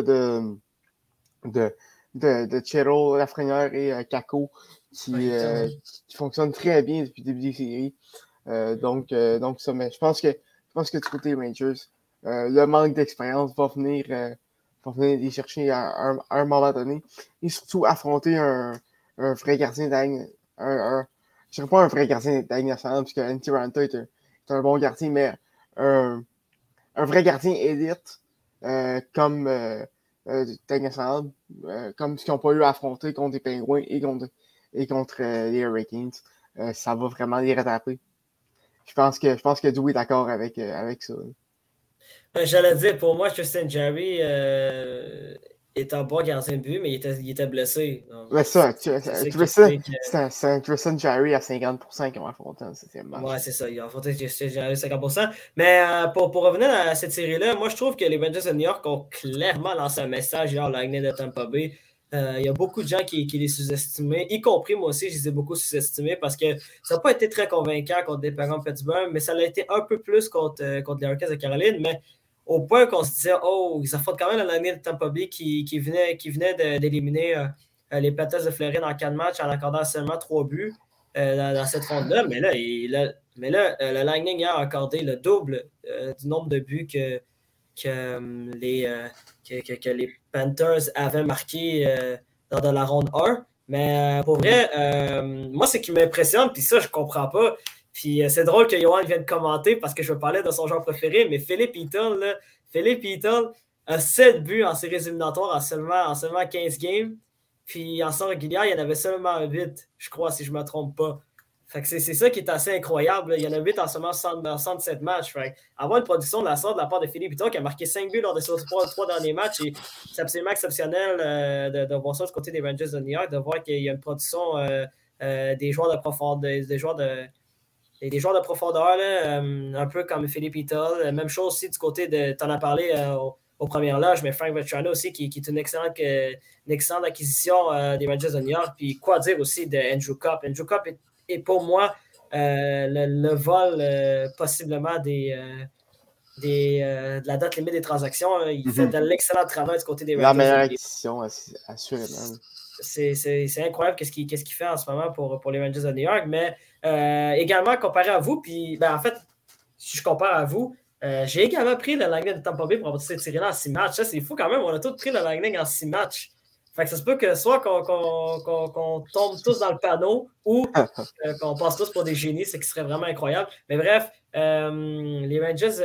de Cheryl, Lafrenière et Kako qui fonctionne très bien depuis le début des séries. Donc ça, mais je pense que du côté des Rangers, le manque d'expérience va venir les chercher à un moment donné. Et surtout affronter un vrai gardien d'Agne. Je ne dirais pas un vrai gardien d'Agne nationale, puisque Antti Raanta est un bon gardien, mais un vrai gardien élite comme d'Agne nationale, comme ce qu'ils n'ont pas eu à affronter contre les Pingouins et contre les Hurricanes. Ça va vraiment les rattraper. Je pense que Dewey est d'accord avec ça. J'allais dire, pour moi, Tristan Jarry est un bon gardien de but, mais il était blessé. Ouais, c'est un Tristan Jarry à 50% qui ont affronté en 7e match. Ouais, c'est ça. Il a affronté Tristan Jarry à 50%. Mais pour revenir à cette série-là, moi, je trouve que les Rangers de New York ont clairement lancé un message hier au Lightning de Tampa Bay. Il y a beaucoup de gens qui les sous-estimaient, y compris moi aussi, je les ai beaucoup sous-estimés parce que ça n'a pas été très convaincant contre des Penguins de Pittsburgh, mais ça l'a été un peu plus contre les Hurricanes de Caroline. Mais au point qu'on se disait, ils affrontent quand même la Lightning de Tampa Bay qui venait d'éliminer les Panthers de Floride en 4 matchs en accordant seulement 3 buts dans cette ronde-là. Mais là, le Lightning a accordé le double du nombre de buts que les Panthers avaient marqué dans la ronde 1. Mais pour vrai, moi, ce qui m'impressionne, puis ça, je comprends pas. Puis c'est drôle que Johan vienne commenter parce que je veux parler de son joueur préféré, mais Philippe Eaton a 7 buts en séries éliminatoires en seulement 15 games. Puis en saison régulière, il y en avait seulement 8, je crois, si je ne me trompe pas. Fait que c'est ça qui est assez incroyable. Là. Il y en a 8 en seulement 107 matchs. Fait avoir une production de la sorte de la part de Philippe Eaton qui a marqué 5 buts lors de ses 3 derniers matchs, et c'est absolument exceptionnel de voir ça du côté des Rangers de New York, de voir qu'il y a une production des joueurs de profondeur, des joueurs de profondeur, là, un peu comme Philippe Eaton. Même chose aussi du côté de, tu en as parlé aux premières loges, mais Frank Vatrano aussi, qui est une excellente acquisition des Rangers de New York. Puis quoi dire aussi de Andrew Copp? Andrew Copp est pour moi le vol possiblement de la date limite des transactions. Il fait de l'excellent travail du côté des Rangers. La meilleure acquisition, assurément. C'est incroyable qu'est-ce qu'il fait en ce moment pour les Rangers de New York, mais également comparé à vous, puis en fait, si je compare à vous, j'ai également pris le Lightning de Tampa Bay pour avoir cette série-là en 6 matchs. Ça, c'est fou quand même, on a tous pris le Lightning en 6 matchs. Fait que ça se peut que soit qu'on tombe tous dans le panneau ou qu'on passe tous pour des génies, ce qui serait vraiment incroyable. Mais bref, les Rangers,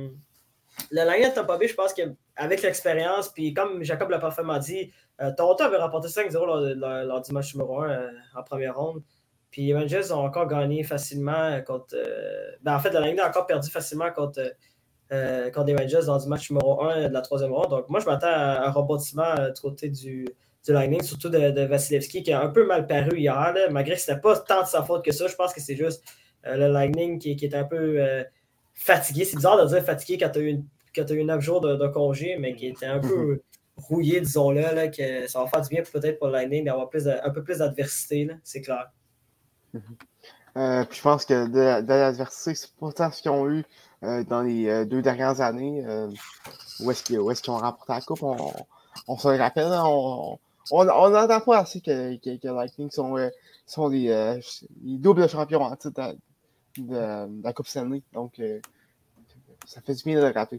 le Lightning de Tampa Bay, je pense qu'avec l'expérience, puis comme Jacob l'a parfaitement dit, Toronto avait remporté 5-0 lors du match numéro 1 en première ronde. Puis les Rangers ont encore gagné facilement contre. En fait, le Lightning a encore perdu facilement contre les Rangers dans du match numéro 1 de la troisième ronde. Donc, moi, je m'attends à un rebondissement du côté du Lightning, surtout de Vasilevski, qui a un peu mal paru hier, là, malgré que ce n'était pas tant de sa faute que ça. Je pense que c'est juste le Lightning qui est un peu fatigué. C'est bizarre de dire fatigué quand tu as eu 9 jours de congé, mais qui était un peu rouillé, disons-le, là, que ça va faire du bien peut-être pour le Lightning d'avoir un peu plus d'adversité, là, c'est clair. Puis je pense que de l'adversité, c'est pas tant ce qu'ils ont eu dans les 2 dernières années, où est-ce qu'ils ont remporté la coupe. On se le rappelle, hein, on n'entend pas assez que Lightning sont les doubles champions en titre de la Coupe Stanley. Donc, ça fait du bien de le rappeler.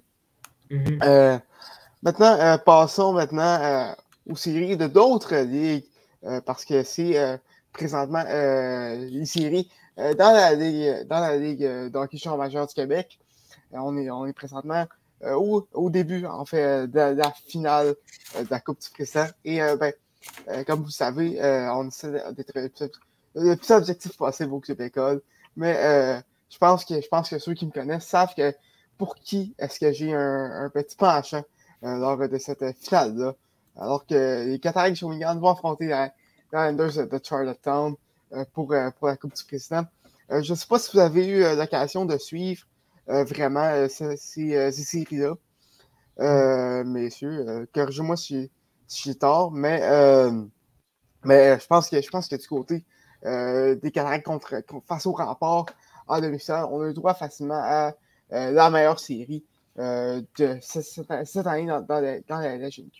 Maintenant, passons aux séries de d'autres ligues, parce que c'est présentement les séries dans la Ligue de hockey junior majeur du Québec. On est présentement au début, en fait, de la finale de la Coupe du Président. Et comme vous le savez, on essaie d'être le plus objectif possible au Club École. Mais je pense que ceux qui me connaissent savent que pour qui est-ce que j'ai un petit penchant lors de cette finale-là. Alors que les Cataractes de Shawinigan vont affronter les Islanders de Charlottetown pour la Coupe du Président. Je ne sais pas si vous avez eu l'occasion de suivre vraiment ces séries-là. Messieurs, corrigez-moi si j'ai tort, mais je pense que du côté des Cataractes face au Rempart en demi-finale, on a eu droit facilement à la meilleure série de cette année dans la GMQ.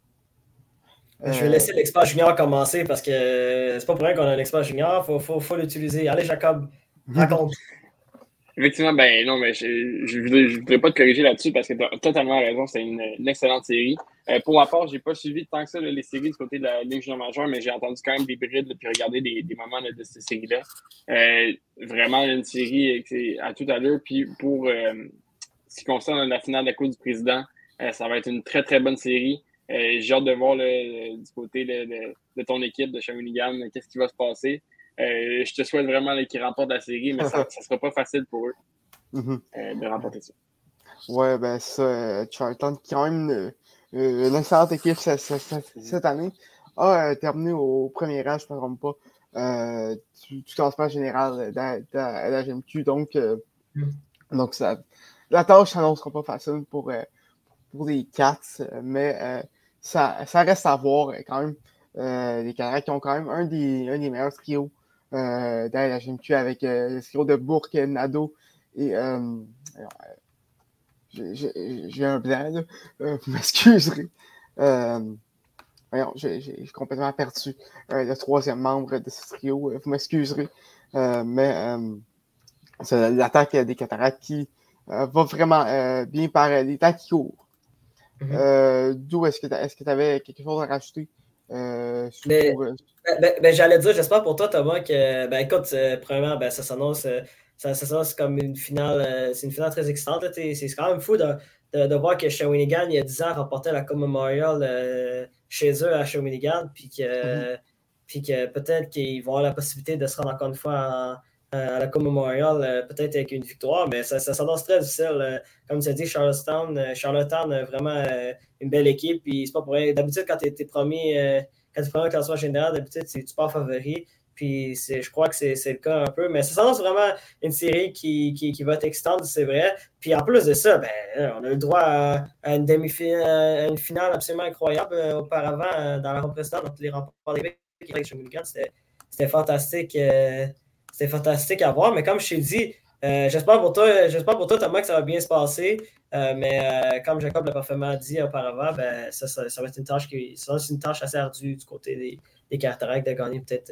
Je vais laisser l'expert junior commencer parce que c'est pas pour rien qu'on a un expert junior, faut l'utiliser. Allez, Jacob, raconte. Effectivement, non, mais je voudrais pas te corriger là-dessus parce que tu as totalement raison, c'est une excellente série. Pour ma part, j'ai pas suivi tant que ça les séries du côté de la Ligue junior majeure, mais j'ai entendu quand même des brides puis regarder des moments de ces séries-là. Vraiment une série à tout à l'heure. Puis pour ce qui concerne la finale de la Coupe du Président, ça va être une très, très bonne série. J'ai hâte de voir du côté de ton équipe de Shawinigan, qu'est-ce qui va se passer. Je te souhaite vraiment qu'ils remportent la série, mais ça ne sera pas facile pour eux de remporter ça. Ouais, ça, Charlton, qui a quand même une excellente équipe cette année, a terminé au premier rang, je ne me trompe pas, du classement général de la GMQ. Donc la tâche s'annoncera pas facile pour les Cats, mais ça reste à voir quand même. Les Cataractes qui ont quand même un des meilleurs trios dans la GMQ avec le trio de Bourque, Nadeau et j'ai un blanc là, vous m'excuserez. J'ai complètement perdu le troisième membre de ce trio, vous m'excuserez. Mais c'est l'attaque des Cataractes qui va vraiment bien par les temps qui courent. D'où est-ce que tu avais quelque chose à rajouter? J'allais dire, j'espère pour toi, Thomas, que écoute, premièrement, ça s'annonce comme une finale, c'est une finale très excitante. Là, c'est quand même fou de voir que Shawinigan, il y a 10 ans, remportait la Coupe Memorial chez eux à Shawinigan, puis que peut-être qu'ils vont avoir la possibilité de se rendre encore une fois à la Coupe Memorial, peut-être avec une victoire, mais ça s'annonce très difficile. Comme tu as dit, Charlottetown a vraiment une belle équipe, puis c'est pas pour rien. D'habitude, quand tu es premier au classement général, d'habitude, tu pars favori. Puis je crois que c'est le cas un peu. Mais ça s'annonce vraiment une série qui va être excitante, c'est vrai. Puis en plus de ça, ben, on a eu le droit à une demi-finale, à une finale absolument incroyable auparavant dans la ronde précédente entre les remparts d'Évêque et Shawinigan. C'était fantastique. C'était fantastique à voir. Mais comme je t'ai dit, j'espère pour toi, Thomas, que ça va bien se passer. Mais comme Jacob l'a parfaitement dit auparavant, ben, ça va être une tâche assez ardue du côté des Cataractes de gagner peut-être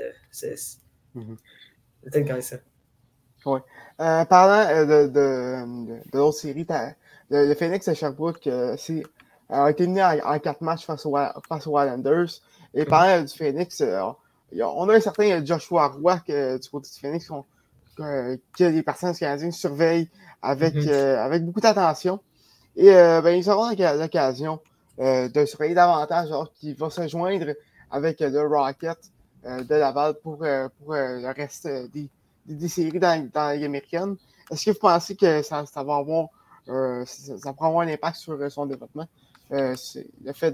peut-être gagner ça. Oui. Parlant de l'autre série, le Phoenix de Sherbrooke a été mené en 4 matchs face aux Islanders. Et parlant du Phoenix, on a un certain Joshua Roy du côté du Phoenix que les personnes canadiennes surveillent avec beaucoup d'attention. Et ils auront l'occasion de surveiller davantage alors qu'il va se joindre avec le Rocket de Laval pour le reste des séries dans la Ligue américaine. Est-ce que vous pensez que ça va avoir ça pourrait avoir un impact sur son développement? Le fait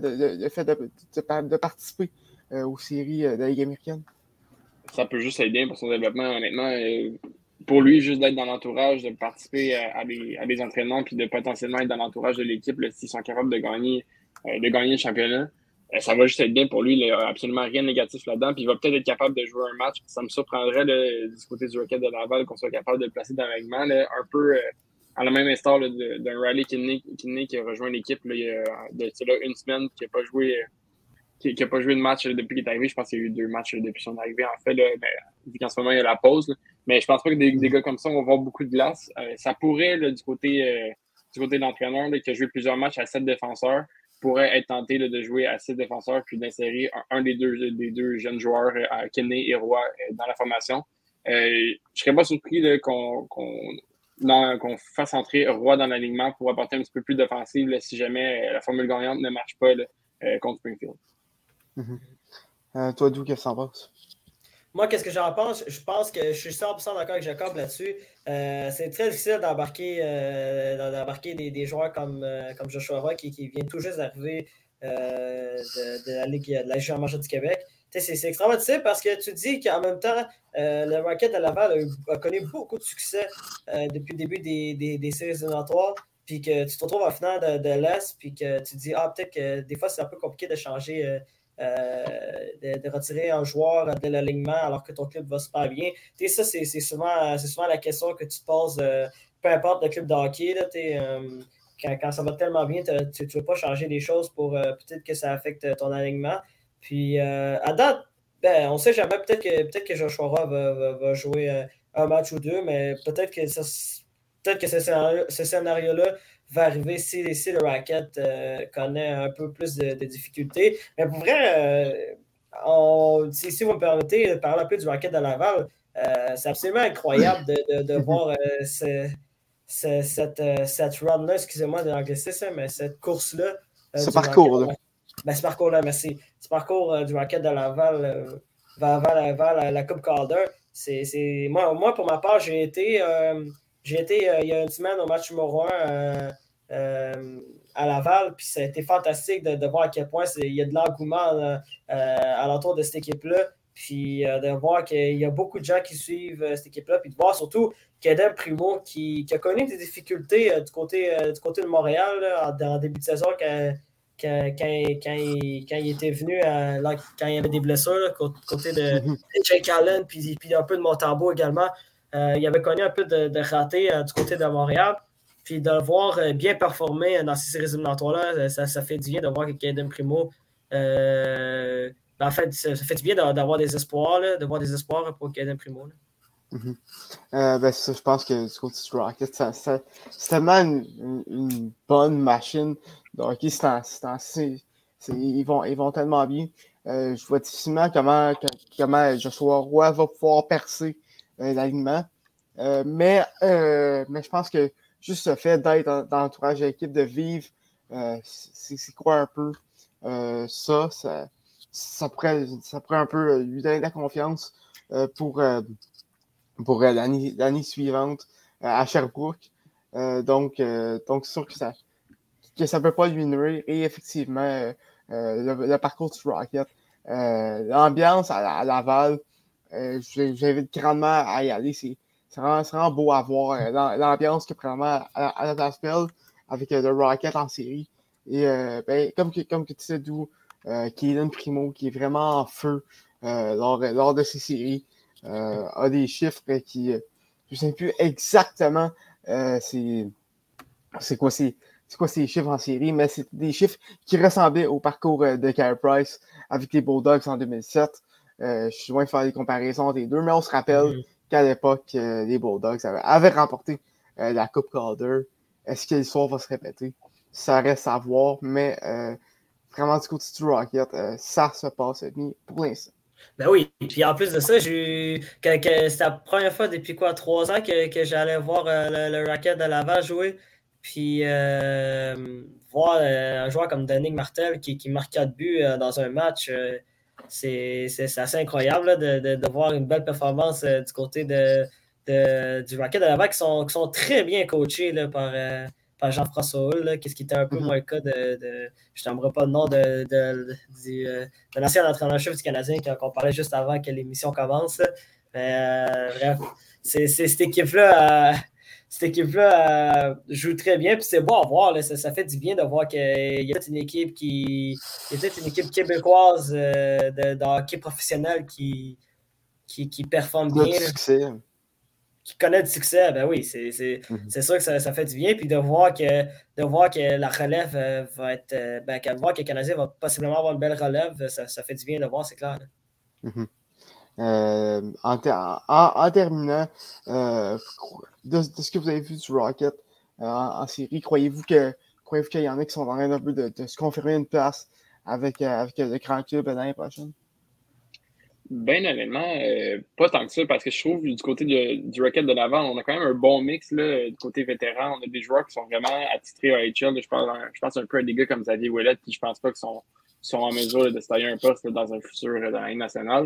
de participer aux séries de la Ligue américaine? Ça peut juste être bien pour son développement, honnêtement. Pour lui, juste d'être dans l'entourage, de participer à des entraînements, puis de potentiellement être dans l'entourage de l'équipe, s'ils sont capables de gagner le championnat, ça va juste être bien pour lui. Il n'y a absolument rien de négatif là-dedans. Puis il va peut-être être capable de jouer un match. Ça me surprendrait du côté du Rocket de Laval qu'on soit capable de le placer dans le règlement, un peu à la même instar d'un Riley Kidney qui a rejoint l'équipe il y a une semaine, qui n'a pas joué. Qui n'a pas joué de match depuis qu'il est arrivé. Je pense qu'il y a eu 2 matchs depuis son arrivée, en fait, vu qu'en ce moment, il y a la pause. Là. Mais je pense pas que des gars comme ça vont voir beaucoup de glace. Ça pourrait, du côté de l'entraîneur, qui a joué plusieurs matchs à 7 défenseurs, pourrait être tenté de jouer à 6 défenseurs puis d'insérer un des deux jeunes joueurs, Kenney et Roy, dans la formation. Je serais pas surpris qu'on fasse entrer Roy dans l'alignement pour apporter un petit peu plus d'offensive si jamais la formule gagnante ne marche pas contre Springfield. Toi, Doug, qu'est-ce que t'en penses? Moi, qu'est-ce que j'en pense? Je pense que je suis 100% d'accord avec Jacob là-dessus. C'est très difficile d'embarquer des joueurs comme Joshua Roy qui vient tout juste d'arriver de la Ligue de la Ligue majeure du Québec. C'est extrêmement difficile parce que tu dis qu'en même temps, le Rocket de Laval a connu beaucoup de succès depuis le début des séries éliminatoires, puis que tu te retrouves en finale de l'Est, puis que tu te dis, peut-être que des fois, c'est un peu compliqué de changer, de retirer un joueur de l'alignement alors que ton club va super bien. Ça, c'est souvent la question que tu te poses, peu importe le club de hockey. Là, quand ça va tellement bien, tu ne veux pas changer les choses pour peut-être que ça affecte ton alignement. Puis à date, on ne sait jamais. Peut-être que Joshua Roy va jouer un match ou deux, mais peut-être que ce scénario-là va arriver si le Rocket connaît un peu plus de difficultés. Mais pour vrai, si vous me permettez de parler un peu du Rocket de Laval, c'est absolument incroyable de voir cette run-là, excusez-moi de l'anglicisme, mais cette course-là. Ce parcours-là. Ce parcours-là, merci. Ce parcours du Rocket de Laval vers la Coupe Calder. Moi, pour ma part, j'ai été il y a une semaine au match numéro 1 à Laval, puis ça a été fantastique de voir à quel point il y a de l'engouement alentour de cette équipe-là, puis de voir qu'il y a beaucoup de gens qui suivent cette équipe-là, puis de voir surtout qu'Adam Primo qui a connu des difficultés du côté de Montréal là, en début de saison quand il était venu, quand il y avait des blessures, là, côté de Jake Allen, puis un peu de Montembeault également. Il avait connu un peu de raté du côté de Montréal. Puis de le voir bien performer dans ces séries éliminatoires-là, ça fait du bien de voir que Caden Primo. En fait, ça fait du bien d'avoir des espoirs, là, de voir des espoirs pour Caden Primo. Ça, je pense que du côté du Rocket, c'est tellement une bonne machine. Donc, ils vont tellement bien. Je vois difficilement comment Joshua Roy va pouvoir percer l'alignement. Mais je pense que juste le fait d'être dans l'entourage de l'équipe, de vivre, c'est quoi un peu ça pourrait un peu lui donner de la confiance pour l'année suivante à Sherbrooke. Donc, c'est sûr que ça peut pas lui nuire. Et effectivement, le parcours du Rocket, l'ambiance à Laval, j'invite grandement à y aller. C'est vraiment beau à voir l'ambiance que probablement à la Spell avec le Rocket en série. Et comme tu sais, d'où Kaden Primo, qui est vraiment en feu lors de ces séries, a des chiffres qui. Je ne sais plus exactement c'est quoi ces chiffres en série, mais c'est des chiffres qui ressemblaient au parcours de Carey Price avec les Bulldogs en 2007. Je suis loin de faire des comparaisons entre les deux, mais on se rappelle qu'à l'époque, les Bulldogs avaient remporté la Coupe Calder. Est-ce que l'histoire va se répéter? Ça reste à voir, mais vraiment du côté du Rocket, ça se passe bien pour l'instant. Ben oui, puis en plus de ça, c'était la première fois depuis 3 ans que j'allais voir le Rocket de Laval jouer. Puis voir un joueur comme Danick Martel qui marque 4 buts dans un match, c'est assez incroyable là, de voir une belle performance du côté du Rocket de Laval qui sont très bien coachés là, par Jean-François Hull, qu'est-ce qui était un peu moins le cas je ne t'aimerais pas le nom de l'ancien entraîneur-chef du Canadien qu'on parlait juste avant que l'émission commence. Mais bref, c'est cette équipe-là. Cette équipe-là joue très bien, puis c'est beau à voir. Là, ça fait du bien de voir qu'il y a une équipe québécoise de hockey professionnel qui performe bien. Qui connaît du succès, ben oui, c'est sûr que ça fait du bien. Puis de voir que la relève va être. De voir que le Canadien va possiblement avoir une belle relève, ça fait du bien de voir, c'est clair. En terminant, de ce que vous avez vu du Rocket en série, croyez-vous qu'il y en a qui sont en train un peu de se confirmer une place avec le grand club l'année prochaine? Ben honnêtement, pas tant que ça, parce que je trouve du côté du Rocket de Laval, on a quand même un bon mix là, du côté vétéran. On a des joueurs qui sont vraiment attitrés à HL. Je pense un peu à des gars comme Xavier Ouellet, qui je pense pas qu'ils sont en mesure de se tailler un poste là, dans un futur dans la Ligue nationale.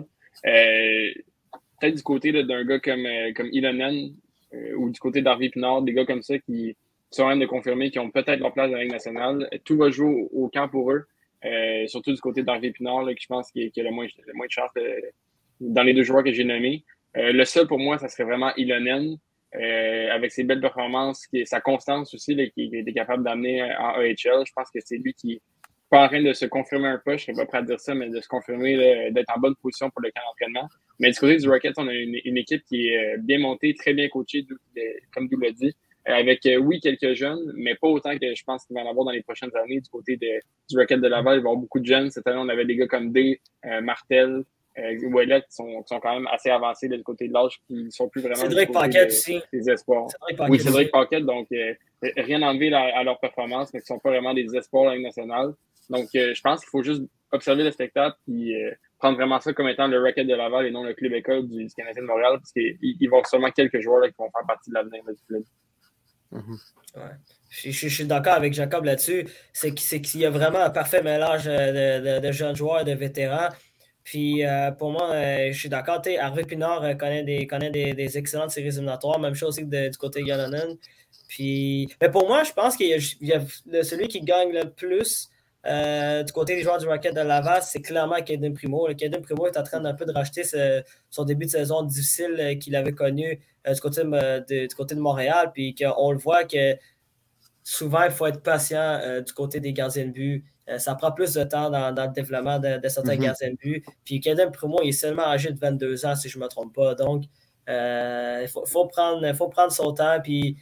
Peut-être du côté d'un gars comme Ilonen ou du côté d'Harvey Pinard, des gars comme ça qui sont en train de confirmer qu'ils ont peut-être leur place dans la Ligue nationale. Tout va jouer au camp pour eux. Surtout du côté d'Harvey Pinard, là, qui je pense qu'il a le moins de chance dans les deux joueurs que j'ai nommés. Le seul pour moi, ça serait vraiment Ilonen, avec ses belles performances, sa constance aussi, là, qu'il était capable d'amener en AHL. Je pense que c'est lui qui est pas en train de se confirmer un peu, je ne serais pas prêt à dire ça, mais de se confirmer, là, d'être en bonne position pour le camp d'entraînement. Mais du côté du Rocket, on a une équipe qui est bien montée, très bien coachée, comme Doux l'a dit. Avec, oui, quelques jeunes, mais pas autant que je pense qu'il va en avoir dans les prochaines années. Du côté du Rocket de Laval, il va y avoir beaucoup de jeunes. Cette année, on avait des gars comme D, Martel, Ouellet, qui sont quand même assez avancés du côté de l'âge, qui ne sont plus vraiment Cédric Paquette aussi. Des espoirs. Cédric Paquette, donc rien enlevé à leur performance, mais qui ne sont pas vraiment des espoirs de la Ligue nationale. Donc, je pense qu'il faut juste observer le spectacle et prendre vraiment ça comme étant le Rocket de Laval et non le club école du Canadien de Montréal, parce qu'il va y avoir seulement quelques joueurs là, qui vont faire partie de l'avenir du club. Ouais. Je suis d'accord avec Jacob là-dessus. C'est qu'il y a vraiment un parfait mélange de jeunes joueurs et de vétérans. Puis pour moi, je suis d'accord. Harvey Pinard connaît des excellentes séries éliminatoires. Même chose aussi du côté de Yalonen. Mais pour moi, je pense qu'il y a celui qui gagne le plus du côté des joueurs du Rocket de Laval, c'est clairement Kaden Primo. Kaden Primo est en train d'un peu de racheter son début de saison difficile qu'il avait connu du côté de Montréal. Puis qu'on le voit que souvent, il faut être patient du côté des gardiens de but. Ça prend plus de temps dans le développement de certains gardiens de but. Puis Kaden Primo, il est seulement âgé de 22 ans, si je ne me trompe pas. Donc, il faut prendre son temps. Puis,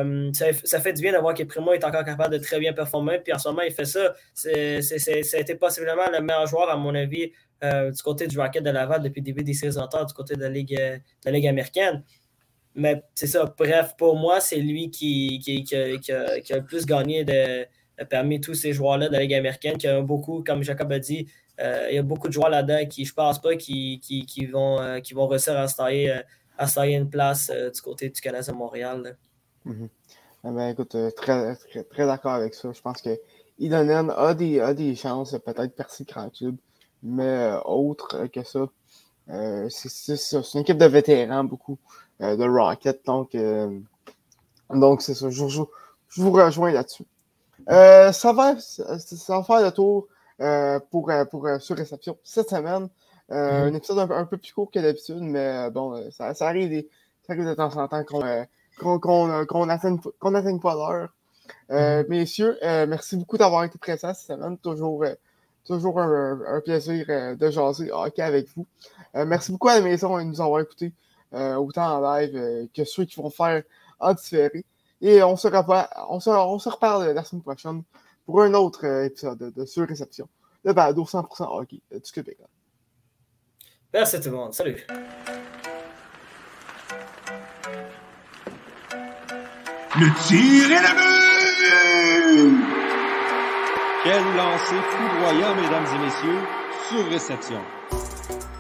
ça fait du bien de voir que Primo est encore capable de très bien performer. Puis en ce moment, il fait ça. Ça a été possiblement le meilleur joueur, à mon avis, du côté du Rocket de Laval depuis le début des séries éliminatoires, du côté de la Ligue américaine. Mais c'est ça. Bref, pour moi, c'est lui qui a le plus gagné parmi tous ces joueurs-là de la Ligue américaine, qui a beaucoup, comme Jacob a dit, il y a beaucoup de joueurs là-dedans qui, je pense pas, qui vont réussir à se tailler une place du côté du Canadien de Montréal. Ben, écoute, très, très, très d'accord avec ça. Je pense que Ilonen a des chances de peut-être percer le grand club, mais autre que ça, c'est une équipe de vétérans, beaucoup, de Rocket, donc c'est ça, je vous rejoins là-dessus. Ça va faire le tour pour Sur Réception cette semaine. Un épisode un peu plus court que d'habitude, mais bon, ça arrive de temps en temps qu'on n'atteigne pas l'heure. Messieurs, merci beaucoup d'avoir été présents cette semaine. Toujours un plaisir de jaser hockey avec vous. Merci beaucoup à la maison de nous avoir écoutés autant en live que ceux qui vont faire en différé. Et on se reparle la semaine prochaine pour un autre épisode de Sur-Réception, le balado 100% hockey du Québec. Merci tout le monde. Salut. Le tir est le but! Quel lancer foudroyant, mesdames et messieurs, sur réception.